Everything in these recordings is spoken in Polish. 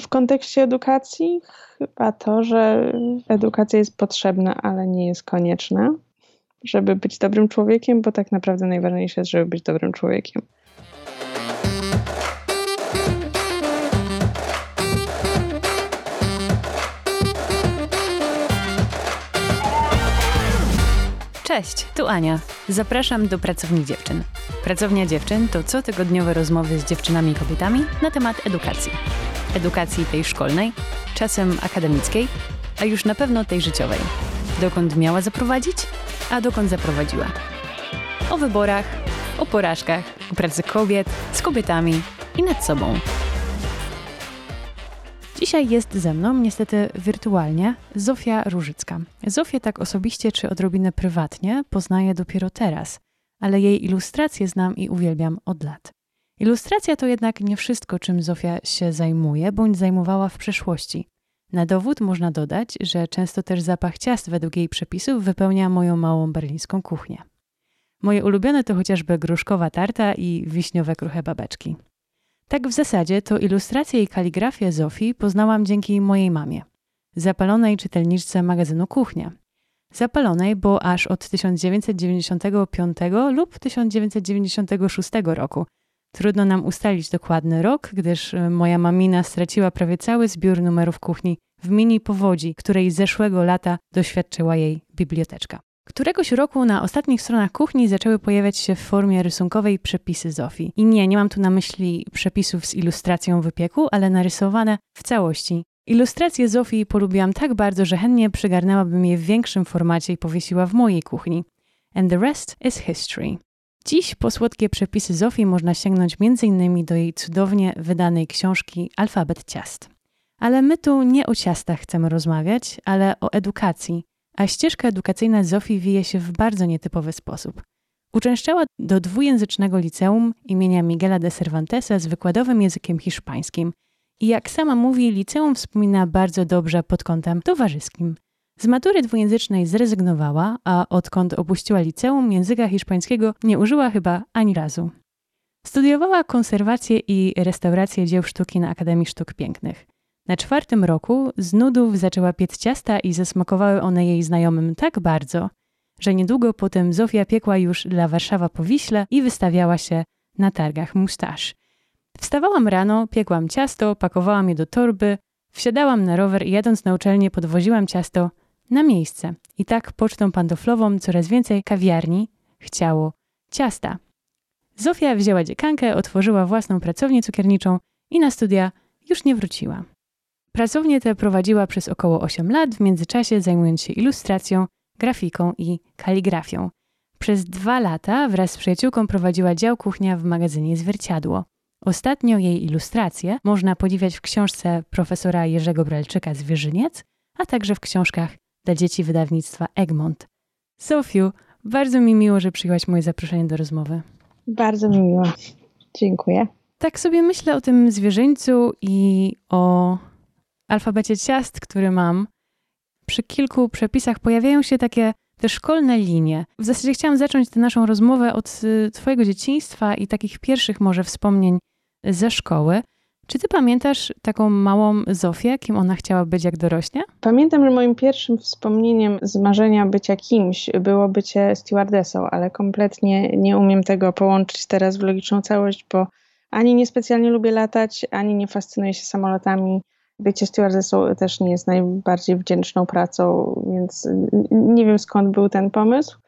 W kontekście edukacji chyba to, że edukacja jest potrzebna, ale nie jest konieczna, żeby być dobrym człowiekiem, bo tak naprawdę najważniejsze jest, żeby być dobrym człowiekiem. Cześć, tu Ania. Zapraszam do Pracowni Dziewczyn. Pracownia Dziewczyn to cotygodniowe rozmowy z dziewczynami i kobietami na temat edukacji. Edukacji tej szkolnej, czasem akademickiej, a już na pewno tej życiowej. Dokąd miała zaprowadzić, a dokąd zaprowadziła. O wyborach, o porażkach, o pracy kobiet, z kobietami i nad sobą. Dzisiaj jest ze mną, niestety wirtualnie, Zofia Różycka. Zofię tak osobiście czy odrobinę prywatnie poznaję dopiero teraz, ale jej ilustracje znam i uwielbiam od lat. Ilustracja to jednak nie wszystko, czym Zofia się zajmuje, bądź zajmowała w przeszłości. Na dowód można dodać, że często też zapach ciast według jej przepisów wypełnia moją małą berlińską kuchnię. Moje ulubione to chociażby gruszkowa tarta i wiśniowe kruche babeczki. Tak w zasadzie to ilustrację i kaligrafię Zofii poznałam dzięki mojej mamie, zapalonej czytelniczce magazynu Kuchnia. Zapalonej, bo aż od 1995 lub 1996 roku. Trudno nam ustalić dokładny rok, gdyż moja mamina straciła prawie cały zbiór numerów kuchni w mini powodzi, której zeszłego lata doświadczyła jej biblioteczka. Któregoś roku na ostatnich stronach kuchni zaczęły pojawiać się w formie rysunkowej przepisy Zofii. I nie mam tu na myśli przepisów z ilustracją wypieku, ale narysowane w całości. Ilustracje Zofii polubiłam tak bardzo, że chętnie przygarnęłabym je w większym formacie i powiesiła w mojej kuchni. And the rest is history. Dziś po słodkie przepisy Zofii można sięgnąć m.in. do jej cudownie wydanej książki Alfabet ciast. Ale my tu nie o ciastach chcemy rozmawiać, ale o edukacji. A ścieżka edukacyjna Zofii wije się w bardzo nietypowy sposób. Uczęszczała do dwujęzycznego liceum imienia Miguela de Cervantesa z wykładowym językiem hiszpańskim i jak sama mówi, liceum wspomina bardzo dobrze pod kątem towarzyskim. Z matury dwujęzycznej zrezygnowała, a odkąd opuściła liceum, języka hiszpańskiego nie użyła chyba ani razu. Studiowała konserwację i restaurację dzieł sztuki na Akademii Sztuk Pięknych. Na 4. roku z nudów zaczęła piec ciasta i zasmakowały one jej znajomym tak bardzo, że niedługo potem Zofia piekła już dla Warszawa po Wiśle i wystawiała się na targach Mustache. Wstawałam rano, piekłam ciasto, pakowałam je do torby, wsiadałam na rower i jadąc na uczelnię podwoziłam ciasto na miejsce. I tak pocztą pantoflową coraz więcej kawiarni chciało ciasta. Zofia wzięła dziekankę, otworzyła własną pracownię cukierniczą i na studia już nie wróciła. Pracownię tę prowadziła przez około 8 lat, w międzyczasie zajmując się ilustracją, grafiką i kaligrafią. Przez 2 lata wraz z przyjaciółką prowadziła dział kuchnia w magazynie Zwierciadło. Ostatnio jej ilustracje można podziwiać w książce profesora Jerzego Bralczyka Zwierzyniec, a także w książkach dla dzieci wydawnictwa Egmont. Zofiu, bardzo mi miło, że przyjęłaś moje zaproszenie do rozmowy. Bardzo mi miło. Dziękuję. Tak sobie myślę o tym zwierzyńcu i o alfabecie ciast, który mam. Przy kilku przepisach pojawiają się takie te szkolne linie. W zasadzie chciałam zacząć tę naszą rozmowę od twojego dzieciństwa i takich pierwszych może wspomnień ze szkoły. Czy ty pamiętasz taką małą Zofię, kim ona chciała być, jak dorośnie? Pamiętam, że moim pierwszym wspomnieniem z marzenia bycia kimś było bycie stewardessą, ale kompletnie nie umiem tego połączyć teraz w logiczną całość, bo ani niespecjalnie lubię latać, ani nie fascynuję się samolotami. Bycie stewardessą też nie jest najbardziej wdzięczną pracą, więc nie wiem skąd był ten pomysł.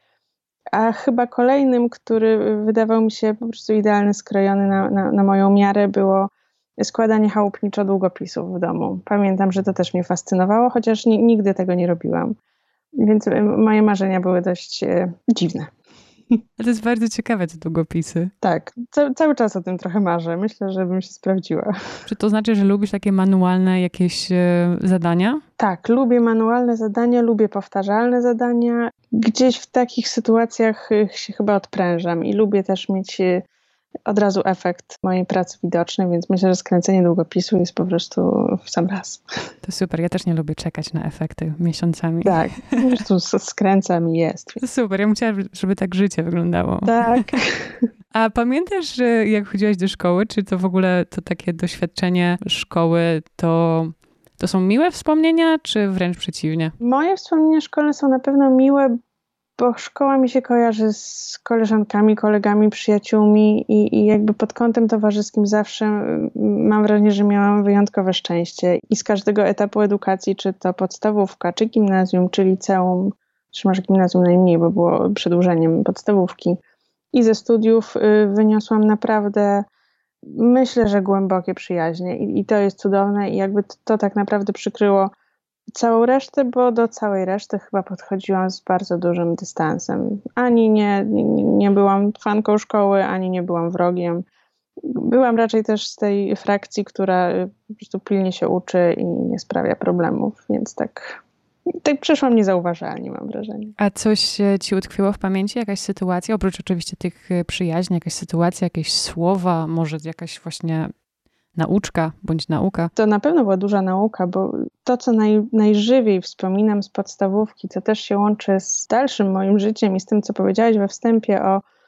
A chyba kolejnym, który wydawał mi się po prostu idealnie skrojony na moją miarę, było składanie chałupniczo długopisów w domu. Pamiętam, że to też mnie fascynowało, chociaż nigdy tego nie robiłam. Więc moje marzenia były dość dziwne. Ale to jest bardzo ciekawe, te długopisy. Tak, cały czas o tym trochę marzę. Myślę, że bym się sprawdziła. Czy to znaczy, że lubisz takie manualne jakieś zadania? Tak, lubię manualne zadania, lubię powtarzalne zadania. Gdzieś w takich sytuacjach się chyba odprężam i lubię też mieć od razu efekt mojej pracy widoczny, więc myślę, że skręcenie długopisu jest po prostu w sam raz. To super, ja też nie lubię czekać na efekty miesiącami. Tak, po prostu skręcam i jest. To super, ja bym chciała, żeby tak życie wyglądało. Tak. A pamiętasz, jak chodziłaś do szkoły, czy to w ogóle to takie doświadczenie szkoły, to są miłe wspomnienia, czy wręcz przeciwnie? Moje wspomnienia szkolne są na pewno miłe, bo szkoła mi się kojarzy z koleżankami, kolegami, przyjaciółmi i jakby pod kątem towarzyskim zawsze mam wrażenie, że miałam wyjątkowe szczęście. I z każdego etapu edukacji, czy to podstawówka, czy gimnazjum, czy liceum, czy może gimnazjum najmniej, bo było przedłużeniem podstawówki, i ze studiów wyniosłam naprawdę, myślę, że głębokie przyjaźnie i to jest cudowne i jakby to tak naprawdę przykryło całą resztę, bo do całej reszty chyba podchodziłam z bardzo dużym dystansem. Ani nie byłam fanką szkoły, ani nie byłam wrogiem. Byłam raczej też z tej frakcji, która po prostu pilnie się uczy i nie sprawia problemów, więc tak przeszłam niezauważalnie, mam wrażenie. A coś ci utkwiło w pamięci? Jakaś sytuacja? Oprócz oczywiście tych przyjaźni, jakaś sytuacja, jakieś słowa, może jakaś właśnie nauczka bądź nauka? To na pewno była duża nauka, bo to, co najżywiej wspominam z podstawówki, co też się łączy z dalszym moim życiem i z tym, co powiedziałaś we wstępie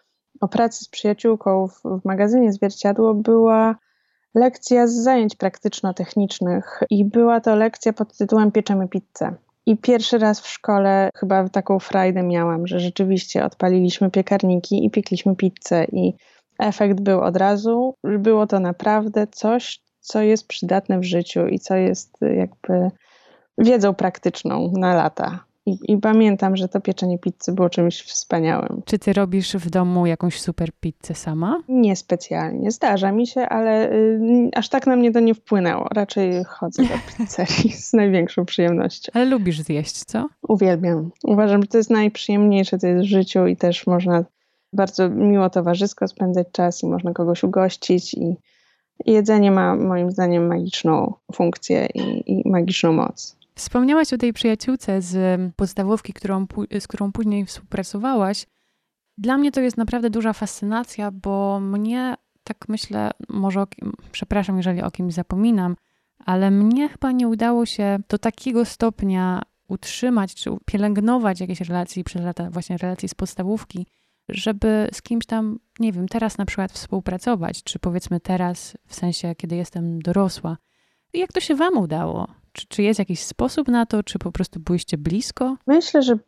o pracy z przyjaciółką w magazynie Zwierciadło, była lekcja z zajęć praktyczno-technicznych i była to lekcja pod tytułem Pieczemy pizzę. I pierwszy raz w szkole chyba taką frajdę miałam, że rzeczywiście odpaliliśmy piekarniki i piekliśmy pizzę i efekt był od razu. Było to naprawdę coś, co jest przydatne w życiu i co jest jakby wiedzą praktyczną na lata. I pamiętam, że to pieczenie pizzy było czymś wspaniałym. Czy ty robisz w domu jakąś super pizzę sama? Niespecjalnie. Zdarza mi się, ale aż tak na mnie to nie wpłynęło. Raczej chodzę do pizzerii z największą przyjemnością. Ale lubisz zjeść, co? Uwielbiam. Uważam, że to jest najprzyjemniejsze, co jest w życiu i też można bardzo miło towarzysko spędzać czas i można kogoś ugościć i jedzenie ma moim zdaniem magiczną funkcję i magiczną moc. Wspomniałaś o tej przyjaciółce z podstawówki, z którą później współpracowałaś. Dla mnie to jest naprawdę duża fascynacja, bo mnie, tak myślę, przepraszam, jeżeli o kimś zapominam, ale mnie chyba nie udało się do takiego stopnia utrzymać czy pielęgnować jakieś relacji przez lata, właśnie relacji z podstawówki, żeby z kimś tam, nie wiem, teraz na przykład współpracować, czy powiedzmy teraz, w sensie, kiedy jestem dorosła. Jak to się wam udało? Czy jest jakiś sposób na to, czy po prostu byliście blisko? Myślę, że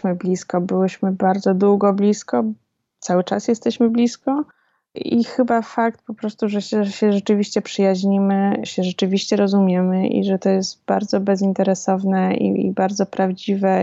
byłyśmy bardzo długo blisko, cały czas jesteśmy blisko i chyba fakt po prostu, że się rzeczywiście przyjaźnimy, się rzeczywiście rozumiemy i że to jest bardzo bezinteresowne i bardzo prawdziwe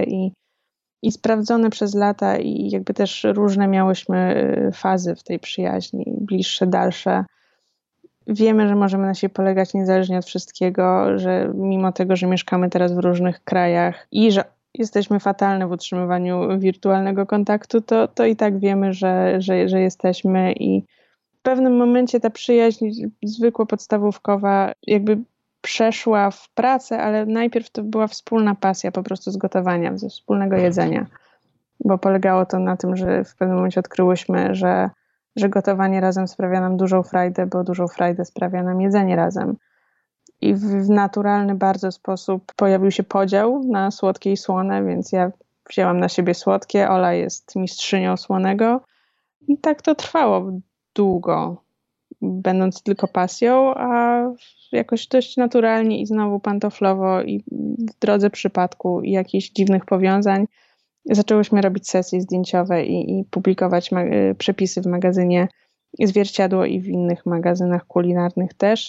i sprawdzone przez lata i jakby też różne miałyśmy fazy w tej przyjaźni, bliższe, dalsze. Wiemy, że możemy na siebie polegać niezależnie od wszystkiego, że mimo tego, że mieszkamy teraz w różnych krajach i że jesteśmy fatalne w utrzymywaniu wirtualnego kontaktu, to i tak wiemy, że jesteśmy i w pewnym momencie ta przyjaźń zwykła, podstawówkowa jakby przeszła w pracę, ale najpierw to była wspólna pasja po prostu z gotowania, ze wspólnego jedzenia, bo polegało to na tym, że w pewnym momencie odkryłyśmy, że gotowanie razem sprawia nam dużą frajdę, bo dużą frajdę sprawia nam jedzenie razem. I w naturalny bardzo sposób pojawił się podział na słodkie i słone, więc ja wzięłam na siebie słodkie, Ola jest mistrzynią słonego i tak to trwało długo, będąc tylko pasją, a jakoś dość naturalnie i znowu pantoflowo i w drodze przypadku i jakichś dziwnych powiązań zaczęłyśmy robić sesje zdjęciowe i publikować przepisy w magazynie Zwierciadło i w innych magazynach kulinarnych też.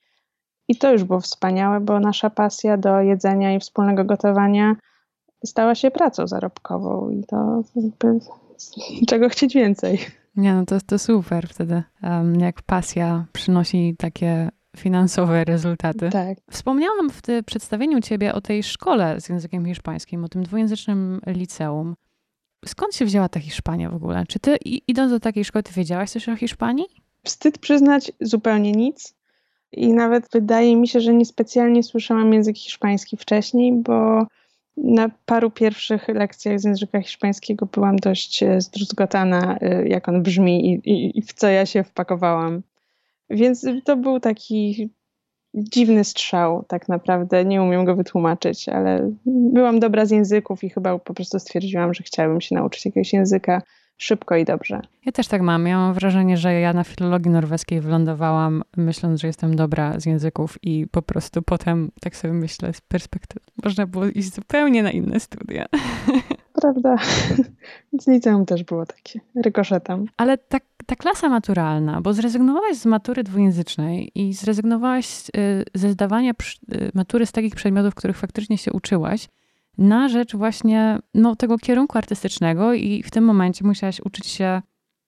I to już było wspaniałe, bo nasza pasja do jedzenia i wspólnego gotowania stała się pracą zarobkową i to jakby czego chcieć więcej. Nie, no to super wtedy, jak pasja przynosi takie finansowe rezultaty. Tak. Wspomniałam w przedstawieniu ciebie o tej szkole z językiem hiszpańskim, o tym dwujęzycznym liceum. Skąd się wzięła ta Hiszpania w ogóle? Czy ty idąc do takiej szkoły, ty wiedziałaś coś o Hiszpanii? Wstyd przyznać, zupełnie nic. I nawet wydaje mi się, że niespecjalnie słyszałam język hiszpański wcześniej, bo Na paru pierwszych lekcjach z języka hiszpańskiego byłam dość zdruzgotana, jak on brzmi i w co ja się wpakowałam. Więc to był taki dziwny strzał tak naprawdę. Nie umiem go wytłumaczyć, ale byłam dobra z języków i chyba po prostu stwierdziłam, że chciałabym się nauczyć jakiegoś języka szybko i dobrze. Ja też tak mam. Ja mam wrażenie, że ja na filologii norweskiej wylądowałam, myśląc, że jestem dobra z języków i po prostu potem, tak sobie myślę, z perspektywy, można było iść zupełnie na inne studia. Prawda. Z liceum też było takie, rykoszetem. Ale ta klasa maturalna, bo zrezygnowałaś z matury dwujęzycznej i zrezygnowałaś ze zdawania matury z takich przedmiotów, których faktycznie się uczyłaś, na rzecz właśnie tego kierunku artystycznego i w tym momencie musiałaś uczyć się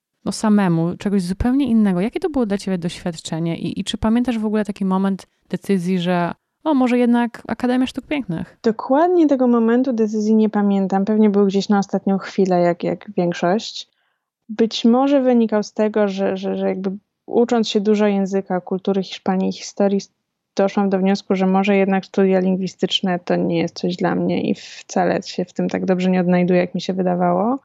samemu, czegoś zupełnie innego. Jakie to było dla ciebie doświadczenie i czy pamiętasz w ogóle taki moment decyzji, że może jednak Akademia Sztuk Pięknych? Dokładnie tego momentu decyzji nie pamiętam. Pewnie był gdzieś na ostatnią chwilę, jak większość. Być może wynikał z tego, że jakby ucząc się dużo języka, kultury Hiszpanii i historii, doszłam do wniosku, że może jednak studia lingwistyczne to nie jest coś dla mnie i wcale się w tym tak dobrze nie odnajduję, jak mi się wydawało.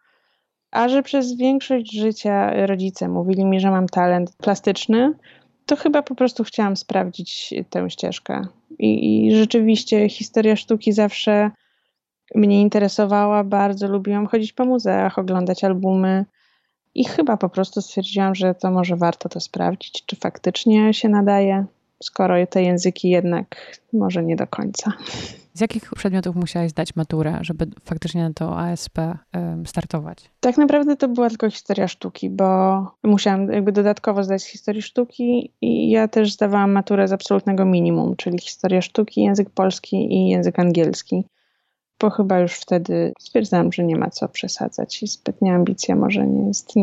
A że przez większość życia rodzice mówili mi, że mam talent plastyczny, to chyba po prostu chciałam sprawdzić tę ścieżkę. I rzeczywiście historia sztuki zawsze mnie interesowała, bardzo lubiłam chodzić po muzeach, oglądać albumy. I chyba po prostu stwierdziłam, że to może warto to sprawdzić, czy faktycznie się nadaje, skoro te języki jednak może nie do końca. Z jakich przedmiotów musiałaś zdać maturę, żeby faktycznie na to ASP startować? Tak naprawdę to była tylko historia sztuki, bo musiałam jakby dodatkowo zdać historię sztuki i ja też zdawałam maturę z absolutnego minimum, czyli historia sztuki, język polski i język angielski. Bo chyba już wtedy stwierdzałam, że nie ma co przesadzać i zbytnia ambicja może nie jest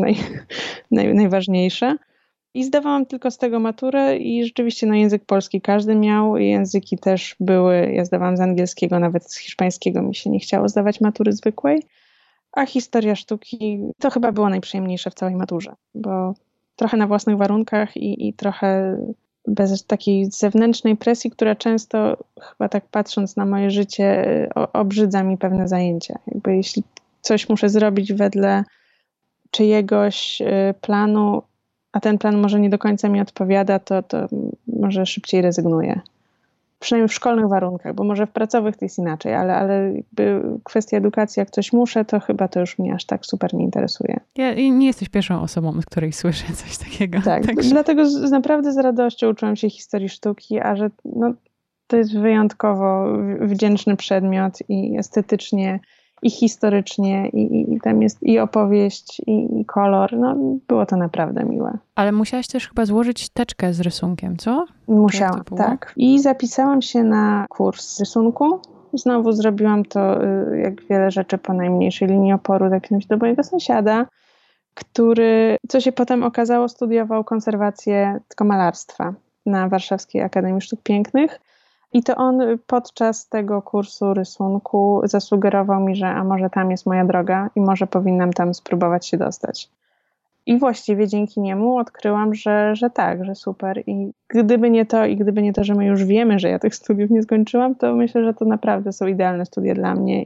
najważniejsza. I zdawałam tylko z tego maturę i rzeczywiście język polski każdy miał, języki też były, ja zdawałam z angielskiego, nawet z hiszpańskiego mi się nie chciało zdawać matury zwykłej, a historia sztuki to chyba było najprzyjemniejsze w całej maturze, bo trochę na własnych warunkach i trochę bez takiej zewnętrznej presji, która często, chyba tak patrząc na moje życie, obrzydza mi pewne zajęcia. Jakby jeśli coś muszę zrobić wedle czyjegoś planu, a ten plan może nie do końca mi odpowiada, to może szybciej rezygnuję. Przynajmniej w szkolnych warunkach, bo może w pracowych to jest inaczej, ale jakby kwestia edukacji, jak coś muszę, to chyba to już mnie aż tak super nie interesuje. Ja nie jesteś pierwszą osobą, z której słyszę coś takiego. Tak, dlatego naprawdę z radością uczyłam się historii sztuki, a że to jest wyjątkowo wdzięczny przedmiot i estetycznie, i historycznie, i tam jest i opowieść, i kolor. Było to naprawdę miłe. Ale musiałaś też chyba złożyć teczkę z rysunkiem, co? Musiałam, tak. I zapisałam się na kurs rysunku. Znowu zrobiłam to, jak wiele rzeczy, po najmniejszej linii oporu. Zapisałam się do mojego sąsiada, który, co się potem okazało, studiował konserwację tylko malarstwa na Warszawskiej Akademii Sztuk Pięknych. I to on podczas tego kursu rysunku zasugerował mi, że a może tam jest moja droga i może powinnam tam spróbować się dostać. I właściwie dzięki niemu odkryłam, że tak, że super. I gdyby nie to, że my już wiemy, że ja tych studiów nie skończyłam, to myślę, że to naprawdę są idealne studia dla mnie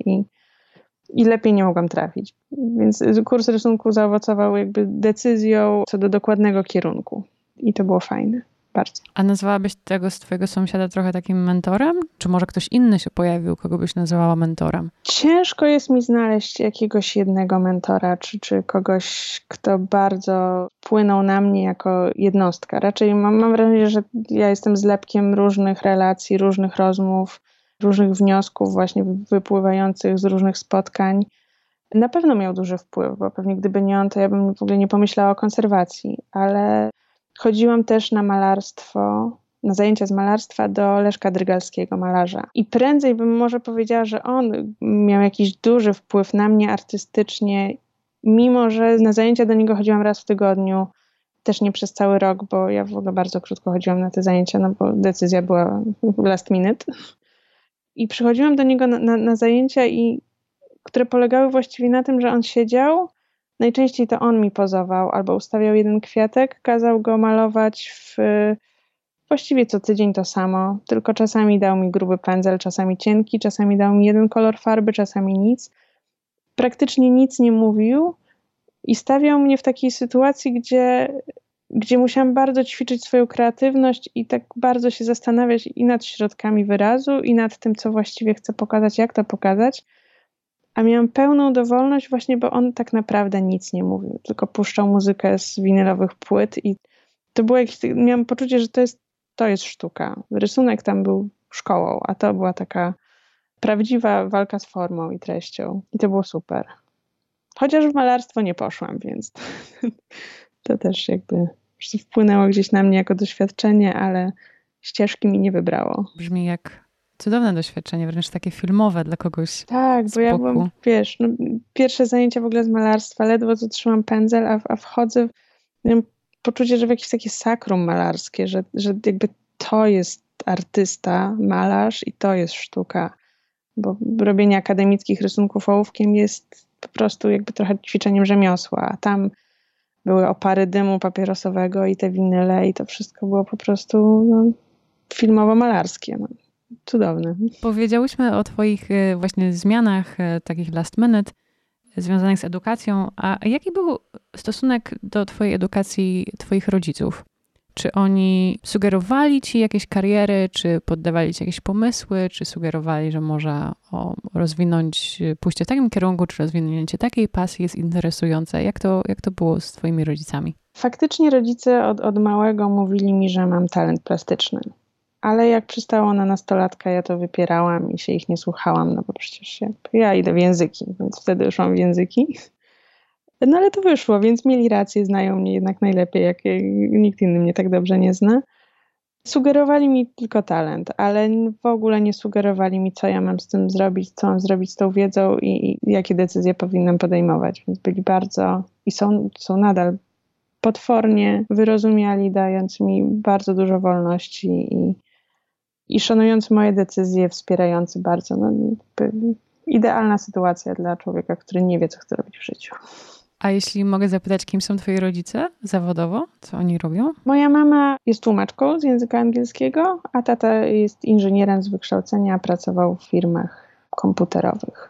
i lepiej nie mogłam trafić. Więc kurs rysunku zaowocował jakby decyzją co do dokładnego kierunku. I to było fajne. Bardzo. A nazywałabyś tego twojego sąsiada trochę takim mentorem? Czy może ktoś inny się pojawił, kogo byś nazywała mentorem? Ciężko jest mi znaleźć jakiegoś jednego mentora, czy kogoś, kto bardzo wpłynął na mnie jako jednostka. Raczej mam wrażenie, że ja jestem zlepkiem różnych relacji, różnych rozmów, różnych wniosków właśnie wypływających z różnych spotkań. Na pewno miał duży wpływ, bo pewnie gdyby nie on, to ja bym w ogóle nie pomyślała o konserwacji, ale chodziłam też na malarstwo, na zajęcia z malarstwa do Leszka Drygalskiego, malarza. I prędzej bym może powiedziała, że on miał jakiś duży wpływ na mnie artystycznie, mimo że na zajęcia do niego chodziłam raz w tygodniu, też nie przez cały rok, bo ja w ogóle bardzo krótko chodziłam na te zajęcia, bo decyzja była last minute. I przychodziłam do niego na zajęcia, które polegały właściwie na tym, że on siedział. Najczęściej to on mi pozował albo ustawiał jeden kwiatek, kazał go malować w właściwie co tydzień to samo, tylko czasami dał mi gruby pędzel, czasami cienki, czasami dał mi jeden kolor farby, czasami nic. Praktycznie nic nie mówił i stawiał mnie w takiej sytuacji, gdzie musiałam bardzo ćwiczyć swoją kreatywność i tak bardzo się zastanawiać i nad środkami wyrazu, i nad tym, co właściwie chcę pokazać, jak to pokazać. A miałam pełną dowolność właśnie, bo on tak naprawdę nic nie mówił, tylko puszczał muzykę z winylowych płyt i to było jakieś, miałam poczucie, że to jest sztuka. Rysunek tam był szkołą, a to była taka prawdziwa walka z formą i treścią. I to było super. Chociaż w malarstwo nie poszłam, więc to też jakby wpłynęło gdzieś na mnie jako doświadczenie, ale ścieżki mi nie wybrało. Brzmi jak cudowne doświadczenie, wręcz takie filmowe dla kogoś. Tak, bo ja byłam, wiesz, pierwsze zajęcia w ogóle z malarstwa, ledwo co trzymam pędzel, a wchodzę, mam poczucie, że w jakieś takie sakrum malarskie, że jakby to jest artysta, malarz i to jest sztuka. Bo robienie akademickich rysunków ołówkiem jest po prostu jakby trochę ćwiczeniem rzemiosła, a tam były opary dymu papierosowego i te winyle i to wszystko było po prostu filmowo-malarskie. Cudowne. Powiedziałyśmy o twoich właśnie zmianach, takich last minute, związanych z edukacją, a jaki był stosunek do twojej edukacji twoich rodziców? Czy oni sugerowali ci jakieś kariery, czy poddawali ci jakieś pomysły, czy sugerowali, że może rozwinąć, pójście w takim kierunku, czy rozwinięcie takiej pasji jest interesujące? Jak to było z twoimi rodzicami? Faktycznie rodzice od małego mówili mi, że mam talent plastyczny. Ale jak przystało na nastolatka, ja to wypierałam i się ich nie słuchałam, no bo przecież ja idę w języki, więc wtedy szłam w języki. No ale to wyszło, więc mieli rację, znają mnie jednak najlepiej, jak nikt inny mnie tak dobrze nie zna. Sugerowali mi tylko talent, ale w ogóle nie sugerowali mi, co ja mam z tym zrobić, co mam zrobić z tą wiedzą i jakie decyzje powinnam podejmować. Więc byli bardzo i są nadal potwornie wyrozumiali, dając mi bardzo dużo wolności i szanujący moje decyzje, wspierający bardzo. Idealna sytuacja dla człowieka, który nie wie, co chce robić w życiu. A jeśli mogę zapytać, kim są twoi rodzice zawodowo? Co oni robią? Moja mama jest tłumaczką z języka angielskiego, a tata jest inżynierem z wykształcenia, pracował w firmach komputerowych.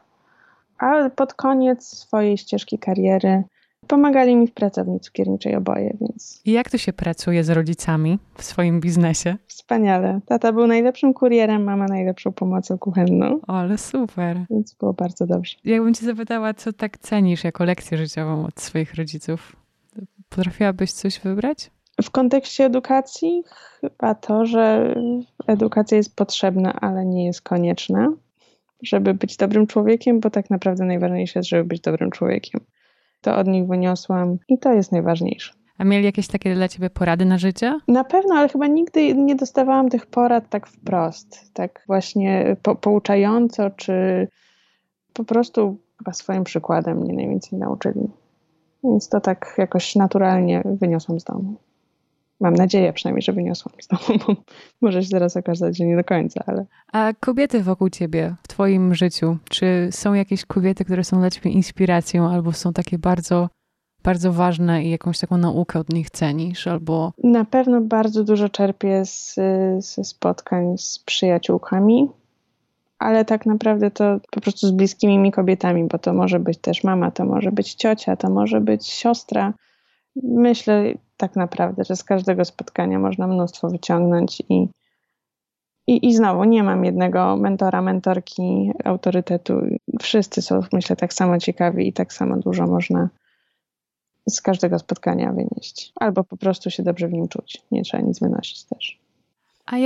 A pod koniec swojej ścieżki kariery pomagali mi w pracowni cukierniczej oboje, więc... I jak to się pracuje z rodzicami w swoim biznesie? Wspaniale. Tata był najlepszym kurierem, mama najlepszą pomocą kuchenną. O, ale super. Więc było bardzo dobrze. Jakbym cię zapytała, co tak cenisz jako lekcję życiową od swoich rodziców? Potrafiłabyś coś wybrać? W kontekście edukacji chyba to, że edukacja jest potrzebna, ale nie jest konieczna, żeby być dobrym człowiekiem, bo tak naprawdę najważniejsze jest, żeby być dobrym człowiekiem. To od nich wyniosłam i to jest najważniejsze. A mieli jakieś takie dla ciebie porady na życie? Na pewno, ale chyba nigdy nie dostawałam tych porad tak wprost, tak właśnie pouczająco, czy po prostu chyba swoim przykładem mnie najwięcej nauczyli. Więc to tak jakoś naturalnie wyniosłam z domu. Mam nadzieję przynajmniej, że wyniosłam z domu, bo może się zaraz okazać, że nie do końca, ale... A kobiety wokół ciebie, w twoim życiu, czy są jakieś kobiety, które są dla ciebie inspiracją, albo są takie bardzo, bardzo ważne i jakąś taką naukę od nich cenisz, albo... Na pewno bardzo dużo czerpię ze spotkań z przyjaciółkami, ale tak naprawdę to po prostu z bliskimi mi kobietami, bo to może być też mama, to może być ciocia, to może być siostra. Myślę tak naprawdę, że z każdego spotkania można mnóstwo wyciągnąć i znowu nie mam jednego mentora, mentorki, autorytetu. Wszyscy są, myślę, tak samo ciekawi i tak samo dużo można z każdego spotkania wynieść. Albo po prostu się dobrze w nim czuć. Nie trzeba nic wynosić też. A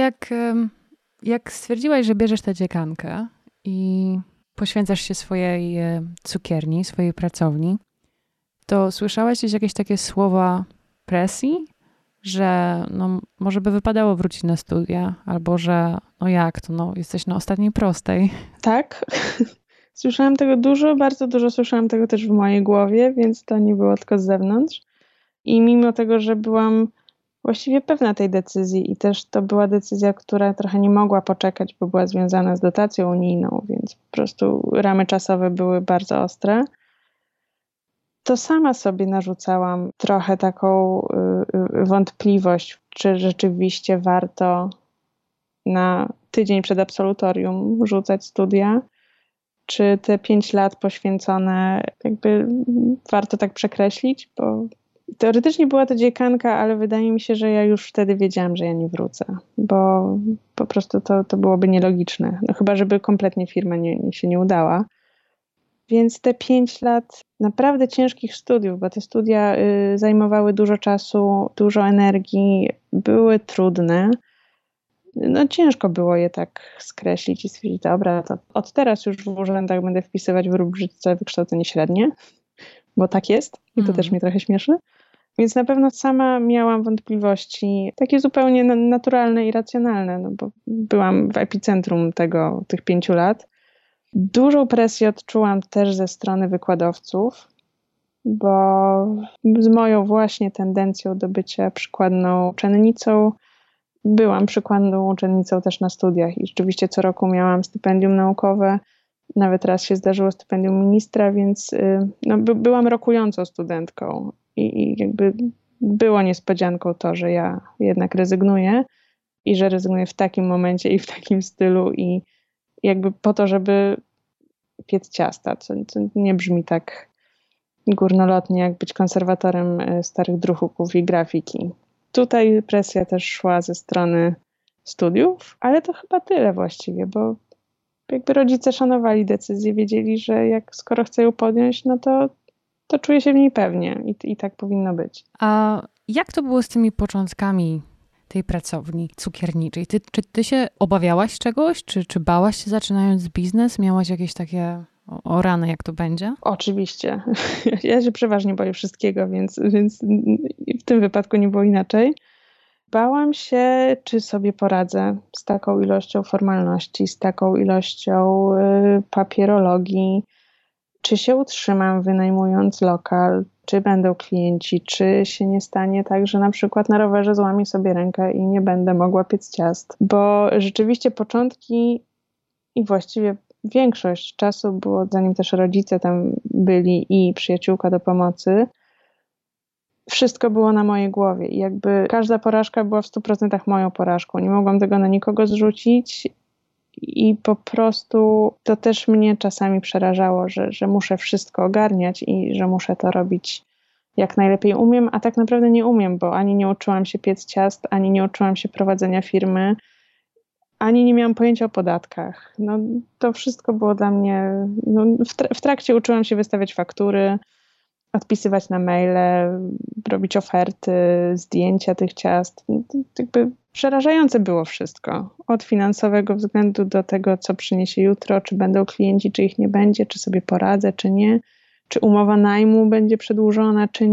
jak stwierdziłaś, że bierzesz tę dziekankę i poświęcasz się swojej cukierni, swojej pracowni, to słyszałaś gdzieś jakieś takie słowa presji, że może by wypadało wrócić na studia, albo że jesteś na ostatniej prostej. Tak, słyszałam tego dużo, bardzo dużo słyszałam tego też w mojej głowie, więc to nie było tylko z zewnątrz. I mimo tego, że byłam właściwie pewna tej decyzji i też to była decyzja, która trochę nie mogła poczekać, bo była związana z dotacją unijną, więc po prostu ramy czasowe były bardzo ostre. To sama sobie narzucałam trochę taką wątpliwość, czy rzeczywiście warto na tydzień przed absolutorium rzucać studia, czy te 5 lat poświęcone jakby warto tak przekreślić, bo teoretycznie była to dziekanka, ale wydaje mi się, że ja już wtedy wiedziałam, że ja nie wrócę, bo po prostu to byłoby nielogiczne. No chyba, żeby kompletnie firma się nie udała. Więc te 5 lat naprawdę ciężkich studiów, bo te studia zajmowały dużo czasu, dużo energii, były trudne. No ciężko było je tak skreślić i stwierdzić, dobra, to od teraz już w urzędach będę wpisywać w rubryce wykształcenie średnie, bo tak jest i to też mnie trochę śmieszy. Więc na pewno sama miałam wątpliwości, takie zupełnie naturalne i racjonalne, no bo byłam w epicentrum tych 5 lat. Dużą presję odczułam też ze strony wykładowców, bo z moją właśnie tendencją do bycia przykładną uczennicą, byłam przykładną uczennicą też na studiach i rzeczywiście co roku miałam stypendium naukowe, nawet raz się zdarzyło stypendium ministra, więc byłam rokującą studentką i jakby było niespodzianką to, że ja jednak rezygnuję i że rezygnuję w takim momencie i w takim stylu i jakby po to, żeby piec ciasta, co nie brzmi tak górnolotnie, jak być konserwatorem starych druków i grafiki. Tutaj presja też szła ze strony studiów, ale to chyba tyle właściwie, bo jakby rodzice szanowali decyzję, wiedzieli, że skoro chcę ją podjąć, no to czuję się w niej pewnie i tak powinno być. A jak to było z tymi początkami tej pracowni cukierniczej? Czy ty się obawiałaś czegoś? Czy bałaś się zaczynając biznes? Miałaś jakieś takie o rany, jak to będzie? Oczywiście. Ja się przeważnie boję wszystkiego, więc w tym wypadku nie było inaczej. Bałam się, czy sobie poradzę z taką ilością formalności, z taką ilością papierologii, czy się utrzymam wynajmując lokal, czy będą klienci, czy się nie stanie tak, że na przykład na rowerze złamię sobie rękę i nie będę mogła piec ciast. Bo rzeczywiście początki i właściwie większość czasu było, zanim też rodzice tam byli i przyjaciółka do pomocy, wszystko było na mojej głowie i jakby każda porażka była w 100% moją porażką. Nie mogłam tego na nikogo zrzucić i po prostu to też mnie czasami przerażało, że muszę wszystko ogarniać i że muszę to robić jak najlepiej umiem, a tak naprawdę nie umiem, bo ani nie uczyłam się piec ciast, ani nie uczyłam się prowadzenia firmy, ani nie miałam pojęcia o podatkach. No, to wszystko było dla mnie... w trakcie uczyłam się wystawiać faktury, odpisywać na maile, robić oferty, zdjęcia tych ciast. Jakby przerażające było wszystko. Od finansowego względu do tego, co przyniesie jutro, czy będą klienci, czy ich nie będzie, czy sobie poradzę, czy nie, czy umowa najmu będzie przedłużona, czy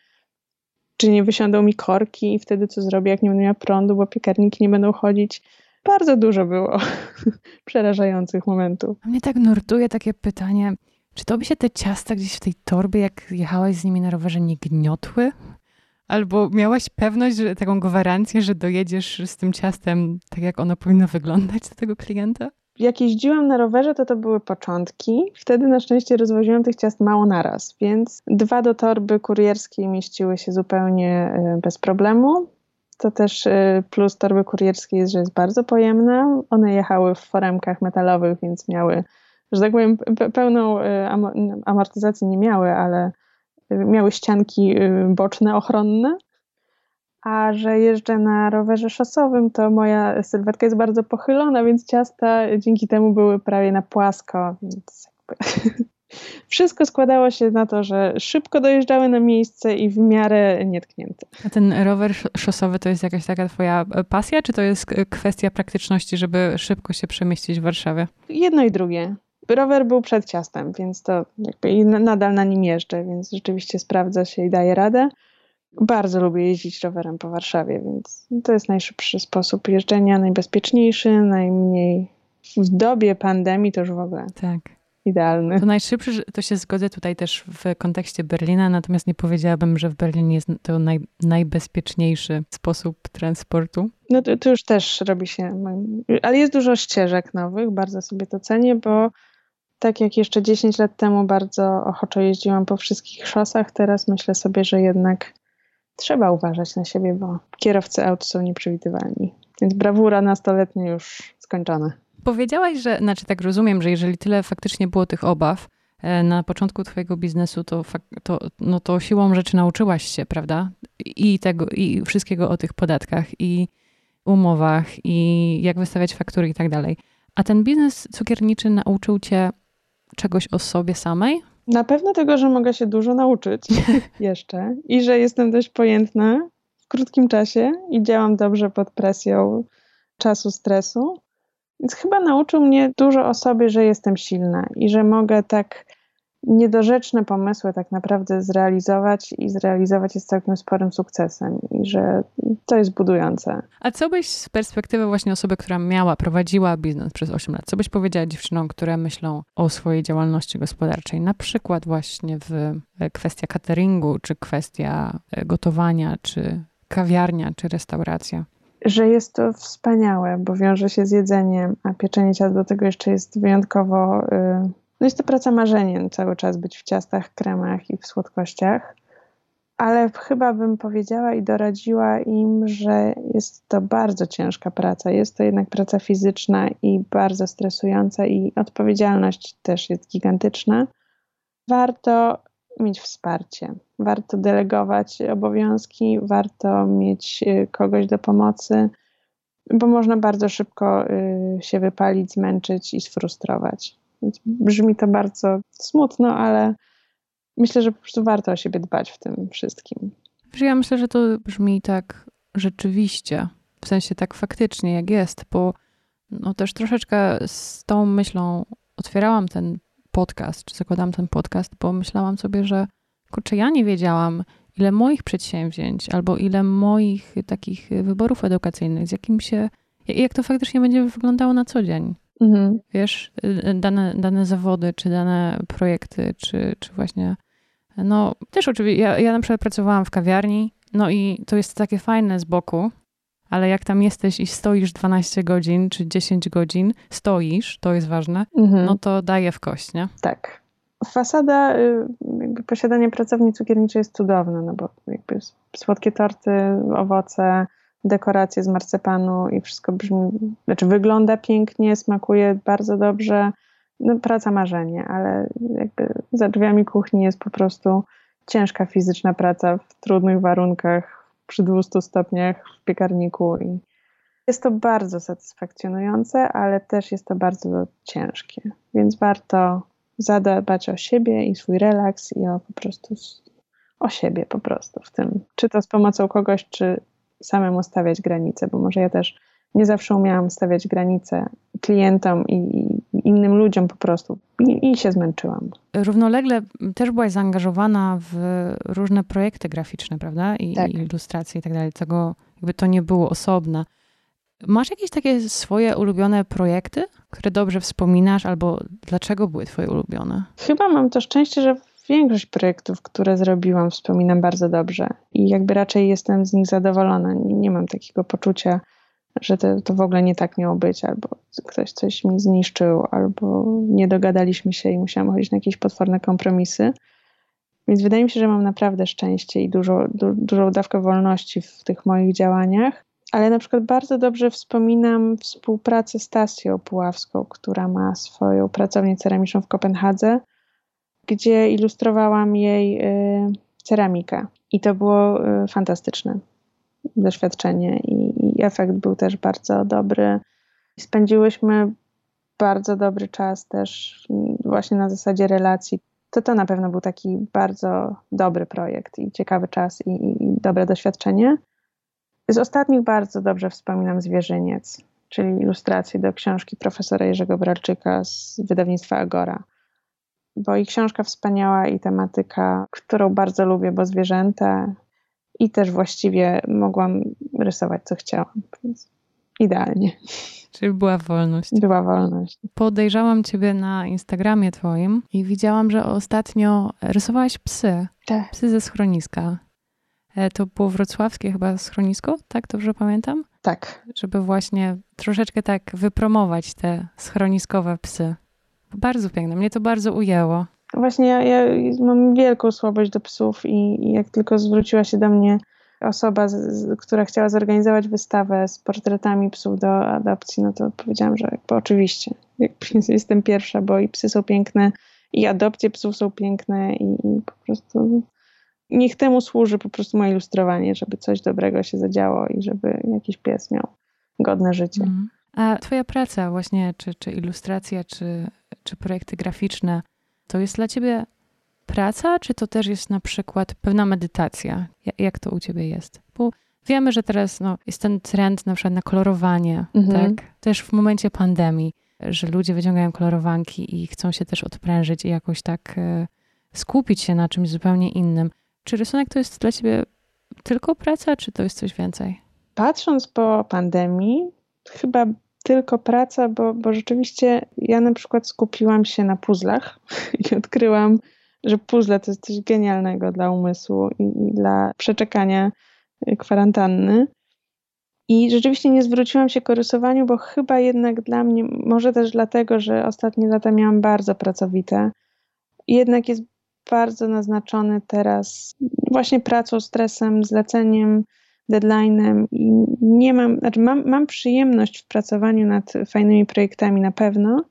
nie wysiądą mi korki i wtedy co zrobię, jak nie będę miała prądu, bo piekarniki nie będą chodzić. Bardzo dużo było przerażających momentów. Mnie tak nurtuje takie pytanie, czy tobie się te ciasta gdzieś w tej torbie, jak jechałaś z nimi na rowerze, nie gniotły? Albo miałaś pewność, taką gwarancję, że dojedziesz z tym ciastem tak, jak ono powinno wyglądać do tego klienta? Jak jeździłam na rowerze, to były początki. Wtedy na szczęście rozwoziłam tych ciast mało naraz, więc 2 do torby kurierskiej mieściły się zupełnie bez problemu. To też plus torby kurierskiej jest, że jest bardzo pojemna. One jechały w foremkach metalowych, więc miały, że tak powiem, pełną amortyzację nie miały, ale miały ścianki boczne, ochronne. A że jeżdżę na rowerze szosowym, to moja sylwetka jest bardzo pochylona, więc ciasta dzięki temu były prawie na płasko. Więc jakby wszystko składało się na to, że szybko dojeżdżały na miejsce i w miarę nietknięte. A ten rower szosowy to jest jakaś taka twoja pasja, czy to jest kwestia praktyczności, żeby szybko się przemieścić w Warszawie? Jedno i drugie. Rower był przed ciastem, więc to jakby nadal na nim jeżdżę, więc rzeczywiście sprawdza się i daje radę. Bardzo lubię jeździć rowerem po Warszawie, więc to jest najszybszy sposób jeżdżenia, najbezpieczniejszy, najmniej w dobie pandemii to już w ogóle tak. Idealny. To najszybszy, to się zgodzę tutaj też w kontekście Berlina, natomiast nie powiedziałabym, że w Berlinie jest to najbezpieczniejszy sposób transportu. No to już też robi się, ale jest dużo ścieżek nowych, bardzo sobie to cenię, bo tak jak jeszcze 10 lat temu bardzo ochoczo jeździłam po wszystkich szosach, teraz myślę sobie, że jednak trzeba uważać na siebie, bo kierowcy aut są nieprzewidywalni. Więc brawura nastoletnia już skończona. Powiedziałaś, że, tak rozumiem, że jeżeli tyle faktycznie było tych obaw na początku twojego biznesu, to siłą rzeczy nauczyłaś się, prawda? I wszystkiego o tych podatkach i umowach i jak wystawiać faktury i tak dalej. A ten biznes cukierniczy nauczył cię czegoś o sobie samej? Na pewno tego, że mogę się dużo nauczyć jeszcze i że jestem dość pojętna w krótkim czasie i działam dobrze pod presją czasu, stresu. Więc chyba nauczył mnie dużo o sobie, że jestem silna i że mogę tak niedorzeczne pomysły tak naprawdę zrealizować i zrealizować je z całkiem sporym sukcesem i że to jest budujące. A co byś z perspektywy właśnie osoby, która prowadziła biznes przez 8 lat, co byś powiedziała dziewczynom, które myślą o swojej działalności gospodarczej, na przykład właśnie w kwestia cateringu, czy kwestia gotowania, czy kawiarnia, czy restauracja? Że jest to wspaniałe, bo wiąże się z jedzeniem, a pieczenie ciast do tego jeszcze jest wyjątkowo... No jest to praca marzeniem cały czas być w ciastach, kremach i w słodkościach, ale chyba bym powiedziała i doradziła im, że jest to bardzo ciężka praca. Jest to jednak praca fizyczna i bardzo stresująca i odpowiedzialność też jest gigantyczna. Warto mieć wsparcie, warto delegować obowiązki, warto mieć kogoś do pomocy, bo można bardzo szybko się wypalić, zmęczyć i sfrustrować. Więc brzmi to bardzo smutno, ale myślę, że po prostu warto o siebie dbać w tym wszystkim. Ja myślę, że to brzmi tak rzeczywiście, w sensie tak faktycznie jak jest, bo też troszeczkę z tą myślą otwierałam ten podcast, czy zakładałam ten podcast, bo myślałam sobie, że kurczę, ja nie wiedziałam, ile moich przedsięwzięć albo ile moich takich wyborów edukacyjnych, jak to faktycznie będzie wyglądało na co dzień. Mhm. Wiesz, dane zawody, czy dane projekty, czy właśnie, też oczywiście, ja na przykład pracowałam w kawiarni, i to jest takie fajne z boku, ale jak tam jesteś i stoisz 12 godzin, czy 10 godzin, to jest ważne, to daje w kość, nie? Tak. Fasada posiadania pracowni cukierniczej jest cudowna, bo słodkie torty, owoce, dekoracje z marcepanu i wszystko wygląda pięknie, smakuje bardzo dobrze. Praca marzenie, ale za drzwiami kuchni jest po prostu ciężka fizyczna praca w trudnych warunkach, przy 200 stopniach w piekarniku i jest to bardzo satysfakcjonujące, ale też jest to bardzo ciężkie, więc warto zadbać o siebie i swój relaks i o siebie po prostu w tym. Czy to z pomocą kogoś, czy samemu stawiać granice, bo może ja też nie zawsze umiałam stawiać granice klientom i innym ludziom po prostu i się zmęczyłam. Równolegle też byłaś zaangażowana w różne projekty graficzne, prawda? Tak. I ilustracje i tak dalej. Tego to nie było osobne. Masz jakieś takie swoje ulubione projekty, które dobrze wspominasz, albo dlaczego były twoje ulubione? Chyba mam to szczęście, że większość projektów, które zrobiłam, wspominam bardzo dobrze i raczej jestem z nich zadowolona. Nie mam takiego poczucia, że to w ogóle nie tak miało być, albo ktoś coś mi zniszczył, albo nie dogadaliśmy się i musiałam chodzić na jakieś potworne kompromisy. Więc wydaje mi się, że mam naprawdę szczęście i dużą dawkę wolności w tych moich działaniach. Ale na przykład bardzo dobrze wspominam współpracę z Tasią Puławską, która ma swoją pracownię ceramiczną w Kopenhadze, gdzie ilustrowałam jej ceramikę. I to było fantastyczne doświadczenie i efekt był też bardzo dobry. Spędziłyśmy bardzo dobry czas też właśnie na zasadzie relacji. To na pewno był taki bardzo dobry projekt i ciekawy czas i dobre doświadczenie. Z ostatnich bardzo dobrze wspominam Zwierzyniec, czyli ilustracje do książki profesora Jerzego Bralczyka z wydawnictwa Agora. Bo i książka wspaniała, i tematyka, którą bardzo lubię, bo zwierzęta i też właściwie mogłam rysować, co chciałam. Więc idealnie. Czyli była wolność. Była wolność. Podejrzałam ciebie na Instagramie twoim i widziałam, że ostatnio rysowałaś psy. Tak. Psy ze schroniska. To było wrocławskie chyba schronisko, tak? Dobrze pamiętam? Tak. Żeby właśnie troszeczkę tak wypromować te schroniskowe psy. Bardzo piękne. Mnie to bardzo ujęło. Właśnie ja mam wielką słabość do psów i jak tylko zwróciła się do mnie osoba, która chciała zorganizować wystawę z portretami psów do adopcji, no to powiedziałam, że jakby oczywiście, jestem pierwsza, bo i psy są piękne, i adopcje psów są piękne i po prostu niech temu służy po prostu moje ilustrowanie, żeby coś dobrego się zadziało i żeby jakiś pies miał godne życie. A twoja praca właśnie, czy ilustracja, czy projekty graficzne, to jest dla ciebie praca, czy to też jest na przykład pewna medytacja? Jak to u ciebie jest? Bo wiemy, że teraz jest ten trend na przykład na kolorowanie, tak? Też w momencie pandemii, że ludzie wyciągają kolorowanki i chcą się też odprężyć i jakoś tak skupić się na czymś zupełnie innym. Czy rysunek to jest dla ciebie tylko praca, czy to jest coś więcej? Patrząc po pandemii, chyba tylko praca, bo rzeczywiście ja na przykład skupiłam się na puzzlach i odkryłam, że puzzle to jest coś genialnego dla umysłu i dla przeczekania kwarantanny. I rzeczywiście nie zwróciłam się ku rysowaniu, bo chyba jednak dla mnie, może też dlatego, że ostatnie lata miałam bardzo pracowite, jednak jest bardzo naznaczony teraz właśnie pracą, stresem, zleceniem, deadline'em i nie mam, mam przyjemność w pracowaniu nad fajnymi projektami na pewno,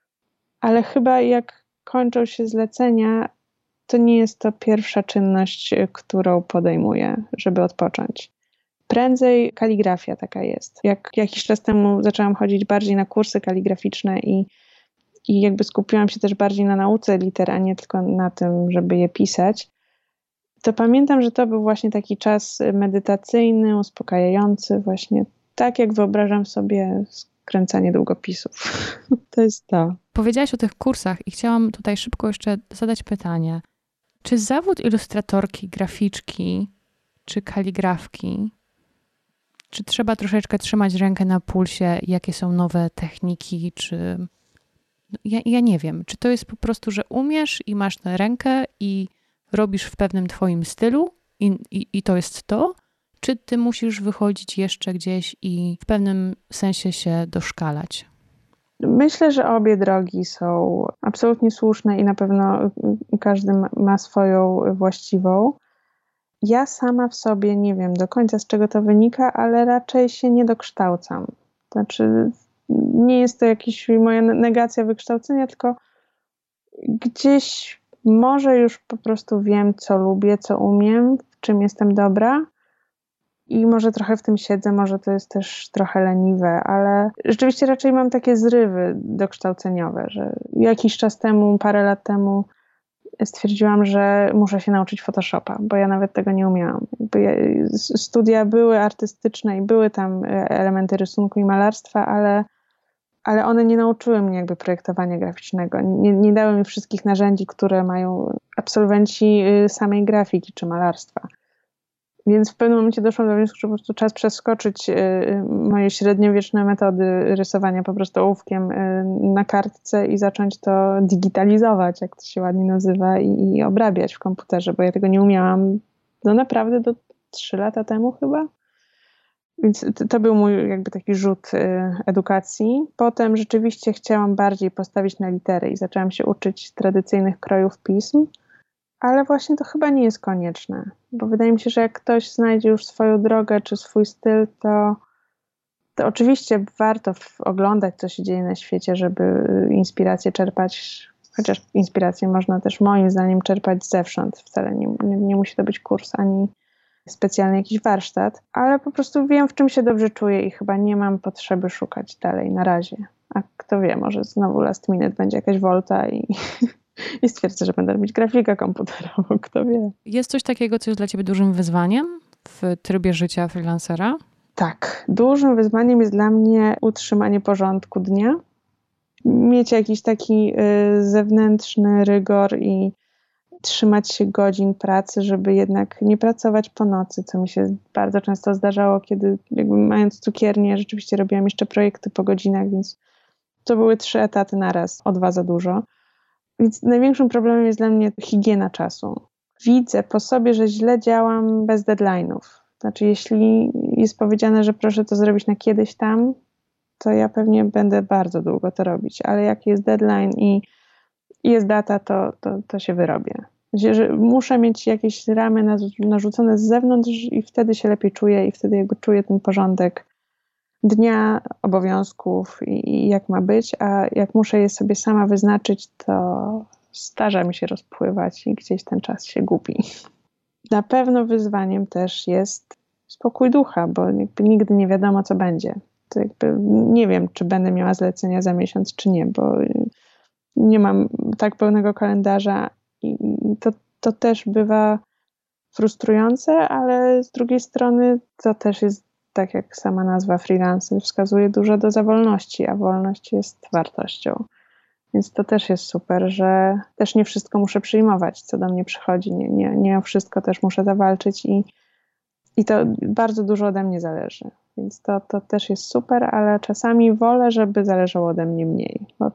ale chyba jak kończą się zlecenia, to nie jest to pierwsza czynność, którą podejmuję, żeby odpocząć. Prędzej kaligrafia taka jest. Jak jakiś czas temu zaczęłam chodzić bardziej na kursy kaligraficzne i jakby skupiłam się też bardziej na nauce liter, a nie tylko na tym, żeby je pisać, to pamiętam, że to był właśnie taki czas medytacyjny, uspokajający, właśnie tak jak wyobrażam sobie skręcanie długopisów. To jest to. Powiedziałaś o tych kursach i chciałam tutaj szybko jeszcze zadać pytanie. Czy zawód ilustratorki, graficzki czy kaligrafki, czy trzeba troszeczkę trzymać rękę na pulsie, jakie są nowe techniki, czy... Ja nie wiem, czy to jest po prostu, że umiesz i masz tę rękę i robisz w pewnym twoim stylu i to jest to, czy ty musisz wychodzić jeszcze gdzieś i w pewnym sensie się doszkalać? Myślę, że obie drogi są absolutnie słuszne i na pewno każdy ma swoją właściwą. Ja sama w sobie nie wiem do końca, z czego to wynika, ale raczej się nie dokształcam. Znaczy, nie jest to jakaś moja negacja wykształcenia, tylko gdzieś może już po prostu wiem, co lubię, co umiem, w czym jestem dobra i może trochę w tym siedzę, może to jest też trochę leniwe, ale rzeczywiście raczej mam takie zrywy dokształceniowe, że jakiś czas temu, parę lat temu stwierdziłam, że muszę się nauczyć Photoshopa, bo ja nawet tego nie umiałam. Studia były artystyczne i były tam elementy rysunku i malarstwa, ale one nie nauczyły mnie jakby projektowania graficznego. Nie dały mi wszystkich narzędzi, które mają absolwenci samej grafiki czy malarstwa. Więc w pewnym momencie doszłam do wniosku, że po prostu czas przeskoczyć moje średniowieczne metody rysowania po prostu ołówkiem na kartce i zacząć to digitalizować, jak to się ładnie nazywa, i obrabiać w komputerze, bo ja tego nie umiałam naprawdę do 3 lata temu chyba. Więc to był mój jakby taki rzut edukacji. Potem rzeczywiście chciałam bardziej postawić na litery i zaczęłam się uczyć tradycyjnych krojów pism, ale właśnie to chyba nie jest konieczne, bo wydaje mi się, że jak ktoś znajdzie już swoją drogę czy swój styl, to oczywiście warto oglądać, co się dzieje na świecie, żeby inspirację czerpać, chociaż inspirację można też moim zdaniem czerpać zewsząd. Wcale nie musi to być kurs ani specjalny jakiś warsztat, ale po prostu wiem, w czym się dobrze czuję i chyba nie mam potrzeby szukać dalej na razie. A kto wie, może znowu last minute będzie jakaś wolta i stwierdzę, że będę robić grafikę komputerową, kto wie. Jest coś takiego, co jest dla ciebie dużym wyzwaniem w trybie życia freelancera? Tak, dużym wyzwaniem jest dla mnie utrzymanie porządku dnia, mieć jakiś taki zewnętrzny rygor i trzymać się godzin pracy, żeby jednak nie pracować po nocy, co mi się bardzo często zdarzało, kiedy jakby mając cukiernię, rzeczywiście robiłam jeszcze projekty po godzinach, więc to były 3 etaty naraz, o 2 za dużo. Więc największym problemem jest dla mnie higiena czasu. Widzę po sobie, że źle działam bez deadline'ów. Znaczy, jeśli jest powiedziane, że proszę to zrobić na kiedyś tam, to ja pewnie będę bardzo długo to robić, ale jak jest deadline i jest data, to się wyrobię. Że muszę mieć jakieś ramy narzucone z zewnątrz i wtedy się lepiej czuję i wtedy jakby czuję ten porządek dnia, obowiązków i jak ma być, a jak muszę je sobie sama wyznaczyć, to zdarza mi się rozpływać i gdzieś ten czas się gubi. Na pewno wyzwaniem też jest spokój ducha, bo jakby nigdy nie wiadomo, co będzie. To jakby nie wiem, czy będę miała zlecenia za miesiąc, czy nie, bo nie mam tak pełnego kalendarza i to też bywa frustrujące, ale z drugiej strony to też jest, tak jak sama nazwa freelancer wskazuje, dużo do zawolności, a wolność jest wartością. Więc to też jest super, że też nie wszystko muszę przyjmować, co do mnie przychodzi. Nie o wszystko też muszę zawalczyć i to bardzo dużo ode mnie zależy. Więc to też jest super, ale czasami wolę, żeby zależało ode mnie mniej. Bo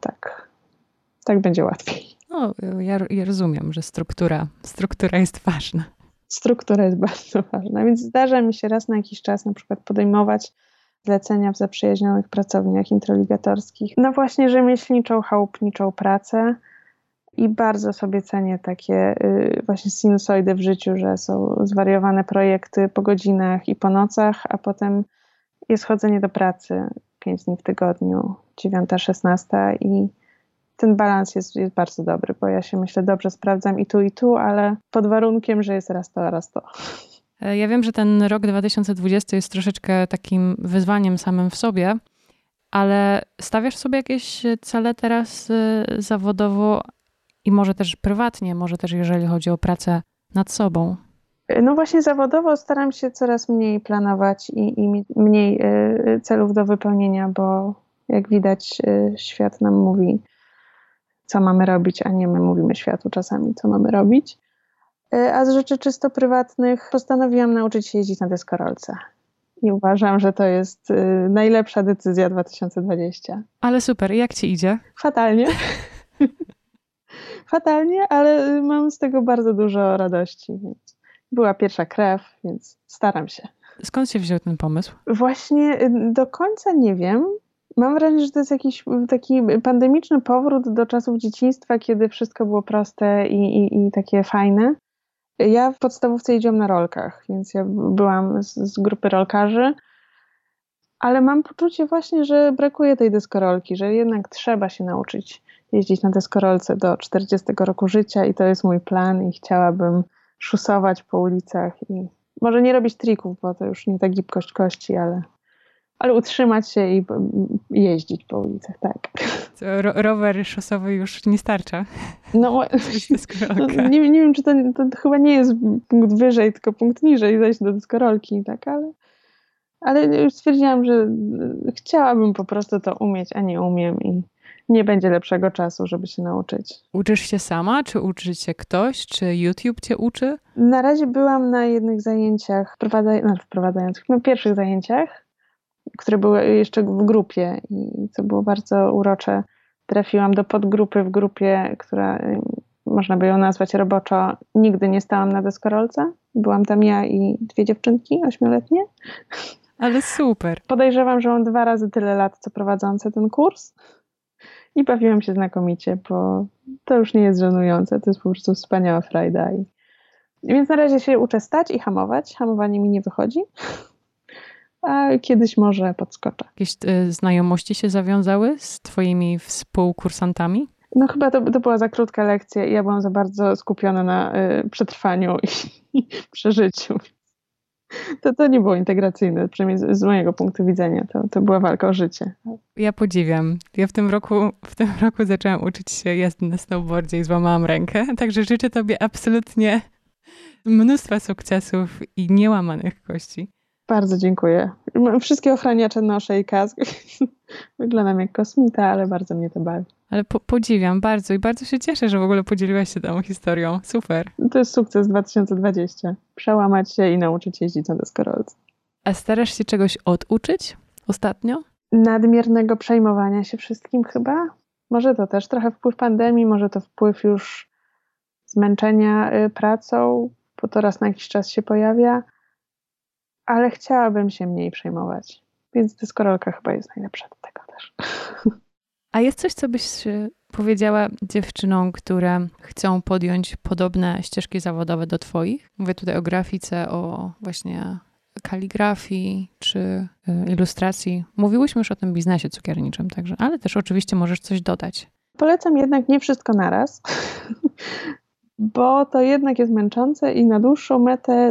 tak będzie łatwiej. No, ja rozumiem, że struktura jest ważna. Struktura jest bardzo ważna, więc zdarza mi się raz na jakiś czas na przykład podejmować zlecenia w zaprzyjaźnionych pracowniach introligatorskich. No właśnie rzemieślniczą, chałupniczą pracę i bardzo sobie cenię takie właśnie sinusoidy w życiu, że są zwariowane projekty po godzinach i po nocach, a potem jest chodzenie do pracy 5 dni w tygodniu, 9, 16 i ten balans jest bardzo dobry, bo ja się myślę, dobrze sprawdzam i tu, ale pod warunkiem, że jest raz to, raz to. Ja wiem, że ten rok 2020 jest troszeczkę takim wyzwaniem samym w sobie, ale stawiasz sobie jakieś cele teraz zawodowo i może też prywatnie, może też jeżeli chodzi o pracę nad sobą? No właśnie zawodowo staram się coraz mniej planować i mieć mniej celów do wypełnienia, bo jak widać świat nam mówi, co mamy robić, a nie my mówimy światu czasami, co mamy robić. A z rzeczy czysto prywatnych postanowiłam nauczyć się jeździć na deskorolce. I uważam, że to jest najlepsza decyzja 2020. Ale super, jak ci idzie? Fatalnie. Fatalnie, ale mam z tego bardzo dużo radości. Więc była pierwsza krew, więc staram się. Skąd się wziął ten pomysł? Właśnie do końca nie wiem. Mam wrażenie, że to jest jakiś taki pandemiczny powrót do czasów dzieciństwa, kiedy wszystko było proste i takie fajne. Ja w podstawówce jeździłam na rolkach, więc ja byłam z grupy rolkarzy, ale mam poczucie właśnie, że brakuje tej deskorolki, że jednak trzeba się nauczyć jeździć na deskorolce do 40 roku życia i to jest mój plan i chciałabym szusować po ulicach i może nie robić trików, bo to już nie ta gibkość kości, ale utrzymać się i jeździć po ulicach, tak. Rower szosowy już nie starcza. No, nie wiem, czy to chyba nie jest punkt wyżej, tylko punkt niżej, zejść do deskorolki, tak, ale już stwierdziłam, że chciałabym po prostu to umieć, a nie umiem i nie będzie lepszego czasu, żeby się nauczyć. Uczysz się sama, czy uczy cię ktoś, czy YouTube cię uczy? Na razie byłam na jednych zajęciach wprowadzających, na pierwszych zajęciach, które były jeszcze w grupie i co było bardzo urocze. Trafiłam do podgrupy w grupie, która można by ją nazwać roboczo. Nigdy nie stałam na deskorolce. Byłam tam ja i 2 dziewczynki 8-letnie. Ale super. Podejrzewam, że mam 2 razy tyle lat, co prowadzące ten kurs. I bawiłam się znakomicie, bo to już nie jest żenujące. To jest po prostu wspaniała frajda. Więc na razie się uczę stać i hamować. Hamowanie mi nie wychodzi. A kiedyś może podskoczę. Jakieś znajomości się zawiązały z twoimi współkursantami? No chyba to była za krótka lekcja i ja byłam za bardzo skupiona na przetrwaniu i przeżyciu. To nie było integracyjne, przynajmniej z mojego punktu widzenia. To była walka o życie. Ja podziwiam. Ja w tym roku zaczęłam uczyć się jazdy na snowboardzie i złamałam rękę, także życzę tobie absolutnie mnóstwa sukcesów i niełamanych kości. Bardzo dziękuję. Wszystkie ochraniacze noszę i kask. Wyglądam jak kosmita, ale bardzo mnie to bawi. Ale podziwiam bardzo i bardzo się cieszę, że w ogóle podzieliłaś się tą historią. Super. To jest sukces 2020. Przełamać się i nauczyć jeździć na deskorolce. A starasz się czegoś oduczyć ostatnio? Nadmiernego przejmowania się wszystkim chyba. Może to też trochę wpływ pandemii, może to wpływ już zmęczenia pracą, bo to raz na jakiś czas się pojawia. Ale chciałabym się mniej przejmować. Więc deskorolka chyba jest najlepsza do tego też. A jest coś, co byś powiedziała dziewczynom, które chcą podjąć podobne ścieżki zawodowe do twoich? Mówię tutaj o grafice, o właśnie kaligrafii czy ilustracji. Mówiłyśmy już o tym biznesie cukierniczym także, ale też oczywiście możesz coś dodać. Polecam jednak nie wszystko naraz, bo to jednak jest męczące i na dłuższą metę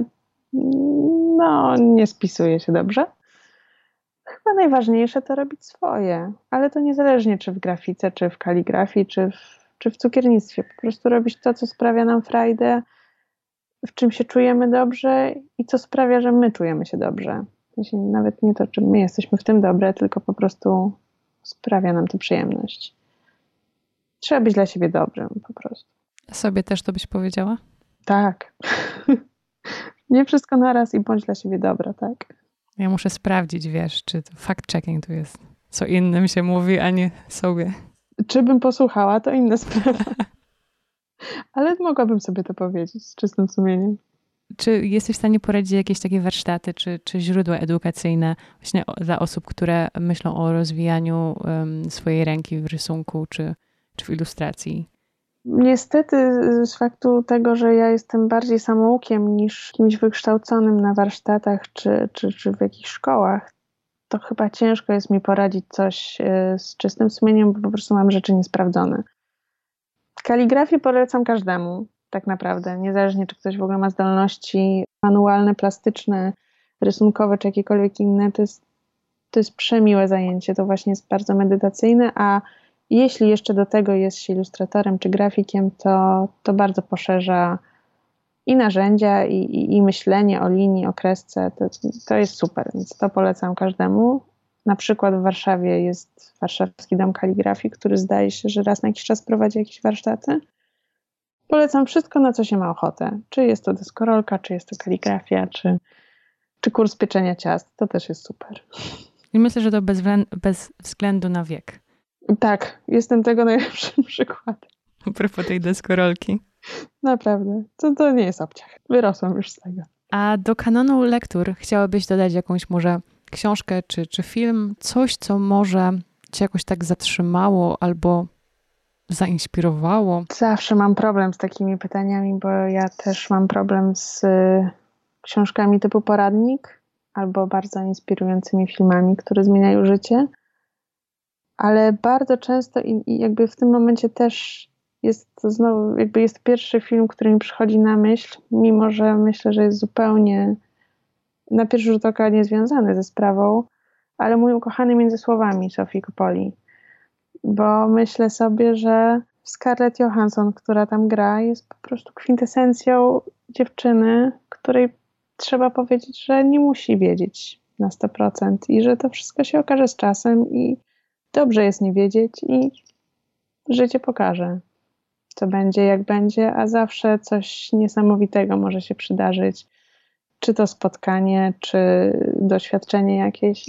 nie spisuje się dobrze. Chyba najważniejsze to robić swoje, ale to niezależnie czy w grafice, czy w kaligrafii, czy w cukiernictwie. Po prostu robić to, co sprawia nam frajdę, w czym się czujemy dobrze i co sprawia, że my czujemy się dobrze. Nawet nie to, czy my jesteśmy w tym dobre, tylko po prostu sprawia nam to przyjemność. Trzeba być dla siebie dobrym po prostu. A sobie też to byś powiedziała? Tak. Nie wszystko naraz i bądź dla siebie dobra, tak? Ja muszę sprawdzić, wiesz, czy to fact-checking tu jest. Co innym się mówi, a nie sobie. Czy bym posłuchała, to inna sprawa. Ale mogłabym sobie to powiedzieć z czystym sumieniem. Czy jesteś w stanie poradzić jakieś takie warsztaty, czy źródła edukacyjne właśnie dla osób, które myślą o rozwijaniu swojej ręki w rysunku, czy w ilustracji? Niestety z faktu tego, że ja jestem bardziej samoukiem niż kimś wykształconym na warsztatach czy w jakichś szkołach, to chyba ciężko jest mi poradzić coś z czystym sumieniem, bo po prostu mam rzeczy niesprawdzone. Kaligrafię polecam każdemu, tak naprawdę, niezależnie czy ktoś w ogóle ma zdolności manualne, plastyczne, rysunkowe czy jakiekolwiek inne. To jest przemiłe zajęcie, to właśnie jest bardzo medytacyjne, a jeśli jeszcze do tego jest się ilustratorem czy grafikiem, to bardzo poszerza i narzędzia, i myślenie o linii, o kresce. To jest super, więc to polecam każdemu. Na przykład w Warszawie jest Warszawski Dom Kaligrafii, który zdaje się, że raz na jakiś czas prowadzi jakieś warsztaty. Polecam wszystko, na co się ma ochotę. Czy jest to deskorolka, czy jest to kaligrafia, czy kurs pieczenia ciast. To też jest super. I myślę, że to bez względu na wiek. Tak, jestem tego najlepszym przykładem. A propos tej deskorolki. Naprawdę, to nie jest obciach. Wyrosłam już z tego. A do kanonu lektur chciałabyś dodać jakąś może książkę czy film? Coś, co może cię jakoś tak zatrzymało albo zainspirowało? Zawsze mam problem z takimi pytaniami, bo ja też mam problem z książkami typu poradnik albo bardzo inspirującymi filmami, które zmieniają życie. Ale bardzo często i jakby w tym momencie też jest to znowu, jakby jest pierwszy film, który mi przychodzi na myśl, mimo że myślę, że jest zupełnie na pierwszy rzut oka niezwiązany ze sprawą, ale Mój ukochany między słowami Sofii Coppoli. Bo myślę sobie, że Scarlett Johansson, która tam gra, jest po prostu kwintesencją dziewczyny, której trzeba powiedzieć, że nie musi wiedzieć na 100% i że to wszystko się okaże z czasem i dobrze jest nie wiedzieć i życie pokaże, co będzie, jak będzie, a zawsze coś niesamowitego może się przydarzyć. Czy to spotkanie, czy doświadczenie jakieś,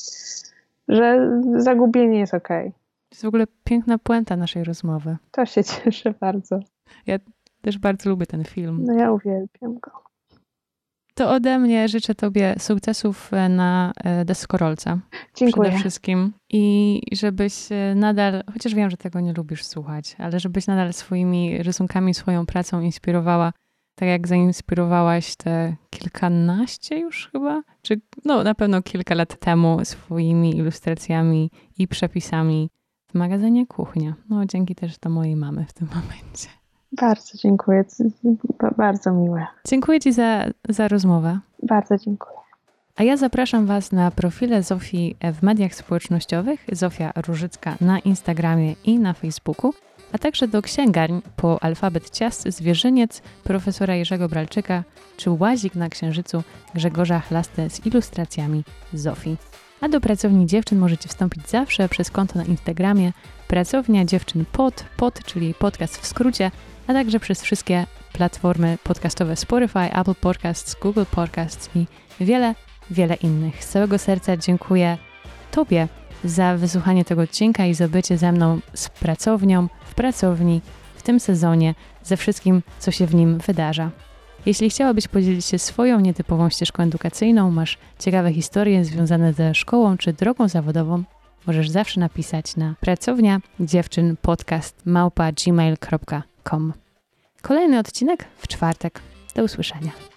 że zagubienie jest okej. To jest w ogóle piękna puenta naszej rozmowy. To się cieszę bardzo. Ja też bardzo lubię ten film. No ja uwielbiam go. To ode mnie życzę tobie sukcesów na deskorolce. Dziękuję. Przede wszystkim. I żebyś nadal, chociaż wiem, że tego nie lubisz słuchać, ale żebyś nadal swoimi rysunkami, swoją pracą inspirowała, tak jak zainspirowałaś te kilkanaście już chyba, czy no na pewno kilka lat temu swoimi ilustracjami i przepisami w magazynie Kuchnia. No dzięki też do mojej mamy w tym momencie. Bardzo dziękuję. Bardzo miłe. Dziękuję ci za rozmowę. Bardzo dziękuję. A ja zapraszam was na profile Zofii w mediach społecznościowych, Zofia Różycka na Instagramie i na Facebooku, a także do księgarni po Alfabet Ciast Zwierzyniec profesora Jerzego Bralczyka czy Łazik na Księżycu Grzegorza Chlastę z ilustracjami Zofii. A do Pracowni Dziewczyn możecie wstąpić zawsze przez konto na Instagramie Pracownia Dziewczyn pod, czyli podcast w skrócie, a także przez wszystkie platformy podcastowe Spotify, Apple Podcasts, Google Podcasts i wiele innych. Z całego serca dziękuję tobie za wysłuchanie tego odcinka i za bycie ze mną z pracownią, w pracowni, w tym sezonie, ze wszystkim, co się w nim wydarza. Jeśli chciałabyś podzielić się swoją nietypową ścieżką edukacyjną, masz ciekawe historie związane ze szkołą czy drogą zawodową, możesz zawsze napisać na pracowniadziewczynpodcast@gmail.com. Kolejny odcinek w czwartek. Do usłyszenia.